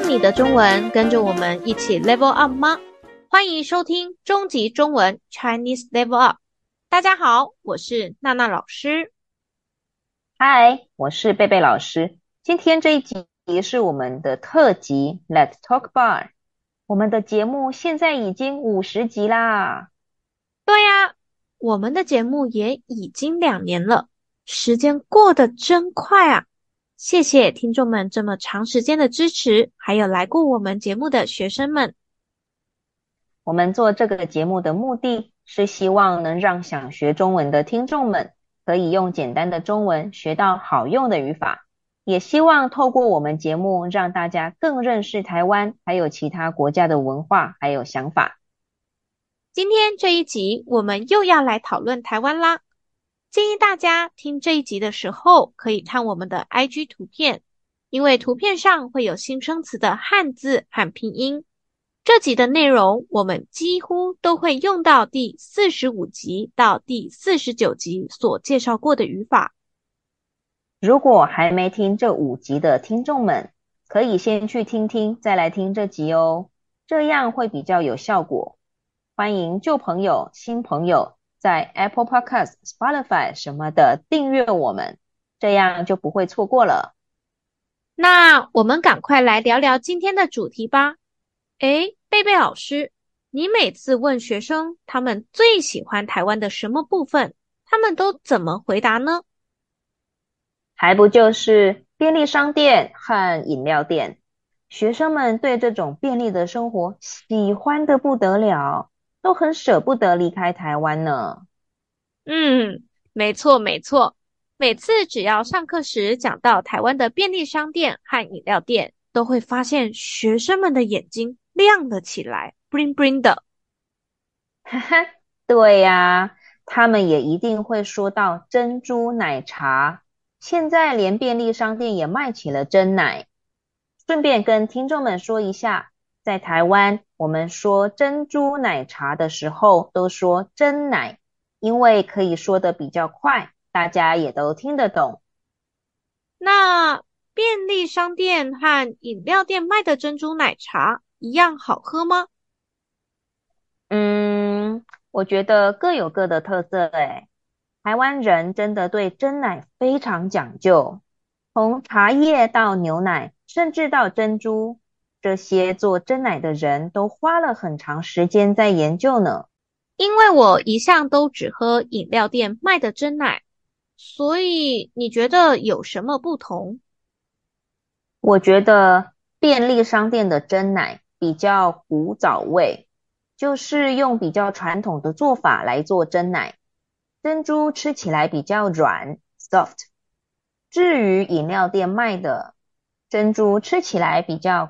你的中文跟着我们一起 level up 吗？欢迎收听终极中文 Chinese Level Up。大家好，我是娜娜老师。 嗨，我是贝贝老师。今天这一集是我们的特辑，Let's Talk Bar。我们的节目现在已经50集啦。 对呀，我们的节目也已经2年了，时间过得真快啊！谢谢听众们这么长时间的支持，还有来过我们节目的学生们。 我们做这个节目的目的是希望能让想学中文的听众们可以用简单的中文学到好用的语法，也希望透过我们节目让大家更认识台湾，还有其他国家的文化还有想法。 今天这一集我们又要来讨论台湾啦。建议大家听这一集的时候，可以看我们的 IG 图片，因为图片上会有新生词的汉字和拼音。这集的内容我们几乎都会用到第45集到第49集所介绍过的语法。 如果还没听这5集的听众们，可以先去听听，再来听这集哦，这样会比较有效果。欢迎旧朋友、新朋友在 Apple Podcast、Spotify 什么的订阅我们，这样就不会错过了。 那我们赶快来聊聊今天的主题吧。诶，贝贝老师，你每次问学生他们最喜欢台湾的什么部分，他们都怎么回答呢？ 还不就是便利商店和饮料店？学生们对这种便利的生活喜欢得不得了，都很舍不得离开台湾呢。 没错没错。每次只要上课时讲到台湾的便利商店和饮料店，都会发现学生们的眼睛亮了起来，bling bling 的。 哈哈，对呀，他们也一定会说到珍珠奶茶，现在连便利商店也卖起了珍奶。顺便跟听众们说一下，在台湾，我们说珍珠奶茶的时候都说珍奶，因为可以说得比较快，大家也都听得懂。 那便利商店和饮料店卖的珍珠奶茶一样好喝吗？ 我觉得各有各的特色诶。台湾人真的对珍奶非常讲究，从茶叶到牛奶，甚至到珍珠，这些做珍奶的人都花了很长时间在研究呢。 因为我一向都只喝饮料店卖的珍奶，所以你觉得有什么不同？ 我觉得便利商店的珍奶比较古早味，就是用比较传统的做法来做珍奶，珍珠吃起来比较软 （soft）。至于饮料店卖的珍珠吃起来比较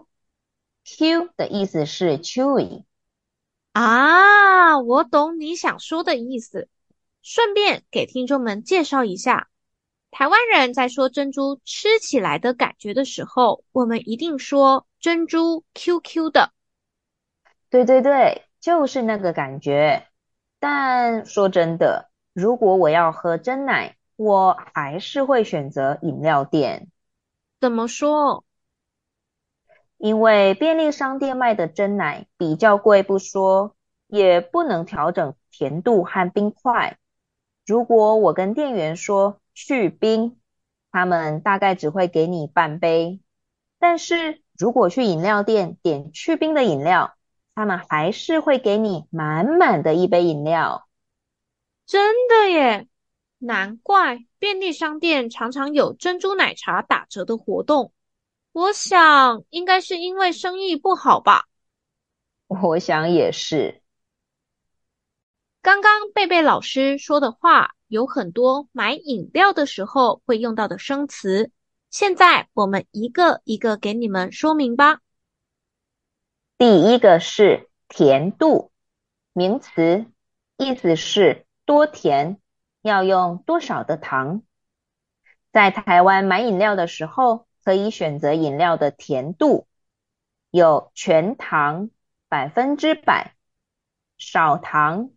Q，Q 的意思是 chewy。 啊，我懂你想说的意思。顺便给听众们介绍一下，台湾人在说珍珠吃起来的感觉的时候，我们一定说珍珠 QQ 的。 对对对，就是那个感觉。但说真的，如果我要喝真奶，我还是会选择饮料店。 怎么说？ 因为便利商店卖的真奶比较贵不说，也不能调整甜度和冰块。如果我跟店员说去冰，他们大概只会给你半杯。但是如果去饮料店点去冰的饮料，他们还是会给你满满的一杯饮料。 真的耶！难怪便利商店常常有珍珠奶茶打折的活动。我想应该是因为生意不好吧。 我想也是。 刚刚贝贝老师说的话有很多买饮料的时候会用到的生词，现在我们一个一个给你们说明吧。 第一个是甜度，名词，意思是多甜，要用多少的糖。在台湾买饮料的时候，可以选择饮料的甜度，有全糖100%，少糖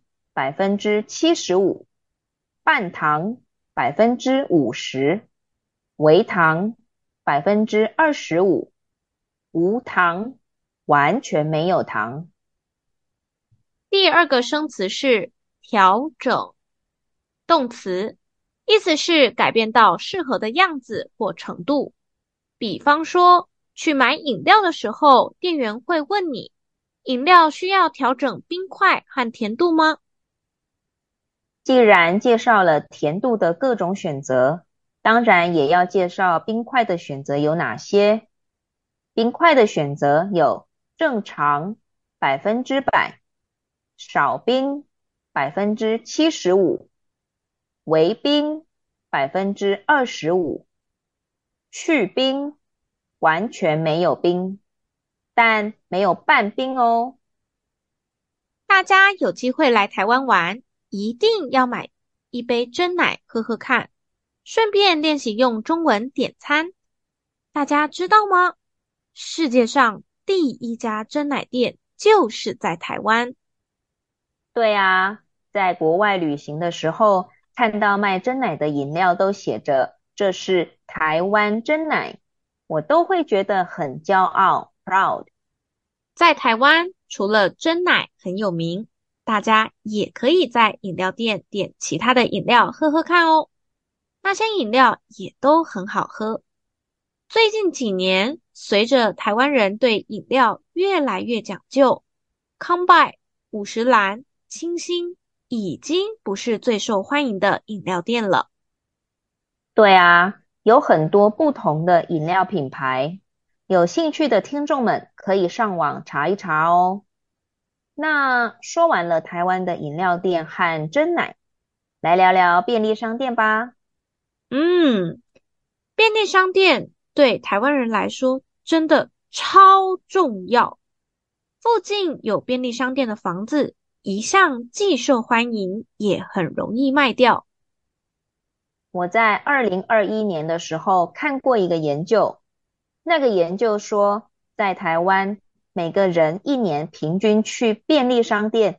75%，半糖50%，微糖25%。 无糖，完全没有糖。 第二个生词是调整，动词，意思是改变到适合的样子或程度。比方说，去买饮料的时候，店员会问你，饮料需要调整冰块和甜度吗？ 既然介绍了甜度的各种选择，当然也要介绍冰块的选择有哪些。冰块的选择有正常100%、少冰75%、微冰25%、去冰完全没有冰，但没有半冰哦。 大家有机会来台湾玩，一定要买一杯真奶喝喝看，顺便练习用中文点餐。大家知道吗？世界上第一家真奶店就是在台湾。 对啊，在国外旅行的时候，看到卖真奶的饮料都写着这是台湾真奶，我都会觉得很骄傲 （proud）。 在台湾，除了真奶很有名，大家也可以在饮料店点其他的饮料喝喝看哦。那些饮料也都很好喝。最近几年，随着台湾人对饮料越来越讲究，康拜、五十岚、清新已经不是最受欢迎的饮料店了。 对啊，有很多不同的饮料品牌，有兴趣的听众们可以上网查一查哦。那说完了台湾的饮料店和真奶，来聊聊便利商店吧。 嗯，便利商店对台湾人来说真的超重要。附近有便利商店的房子，一向既受欢迎，也很容易卖掉。 我在2021年的时候看过一个研究，那个研究说，在台湾每个人一年平均去便利商店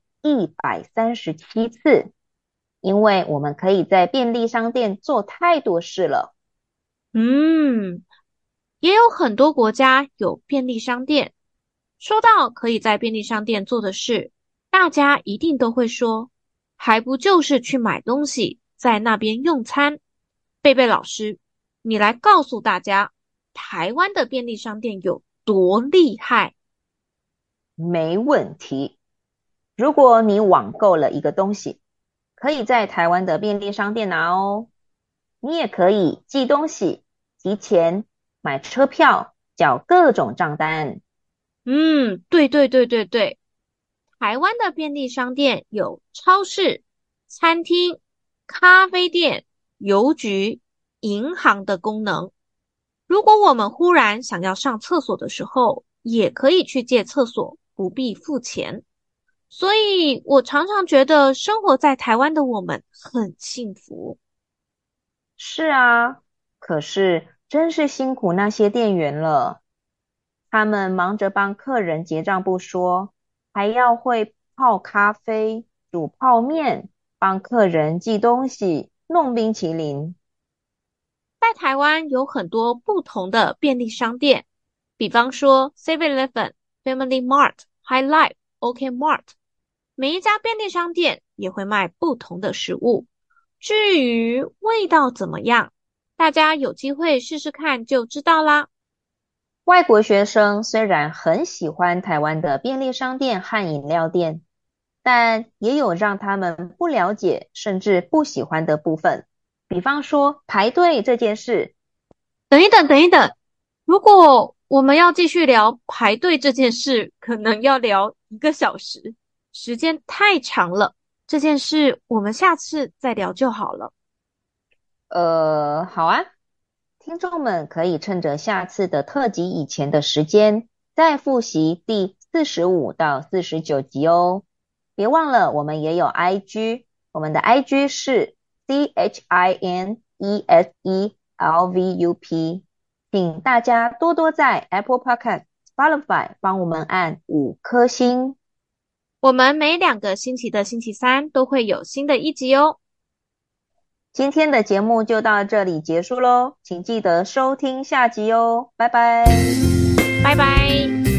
137次，因为我们可以在便利商店做太多事了。 嗯，也有很多国家有便利商店。说到可以在便利商店做的事，大家一定都会说，还不就是去买东西，在那边用餐。贝贝老师，你来告诉大家，台湾的便利商店有多厉害？ 没问题。如果你网购了一个东西，可以在台湾的便利商店拿哦。你也可以寄东西、提钱、买车票、缴各种账单。 对对对对对，台湾的便利商店有超市、餐厅、咖啡店、邮局、银行的功能。如果我们忽然想要上厕所的时候，也可以去借厕所，不必付钱。所以我常常觉得生活在台湾的我们很幸福。 是啊，可是真是辛苦那些店员了。他们忙着帮客人结账不说，还要会泡咖啡、煮泡面，帮客人寄东西、弄冰淇淋。 在台湾有很多不同的便利商店，比方说 7-Eleven、Family Mart、High Life、OK Mart，每一家便利商店也会卖不同的食物。至于味道怎么样，大家有机会试试看就知道啦。 外国学生虽然很喜欢台湾的便利商店和饮料店，但也有让他们不了解甚至不喜欢的部分。比方说排队这件事。 等一等，等一等，如果我们要继续聊排队这件事，可能要聊1个小时，时间太长了。这件事我们下次再聊就好了。 好啊，听众们可以趁着下次的特辑以前的时间，再复习第45到49集哦。别忘了，我们也有 IG，我们的 IG 是 CHINESELVUP，请大家多多在 Apple Podcast、Spotify 帮我们按5颗星。 我们每2个星期的星期三都会有新的一集哦。 今天的节目就到这里结束喽，请记得收听下集哦，拜拜。 拜拜。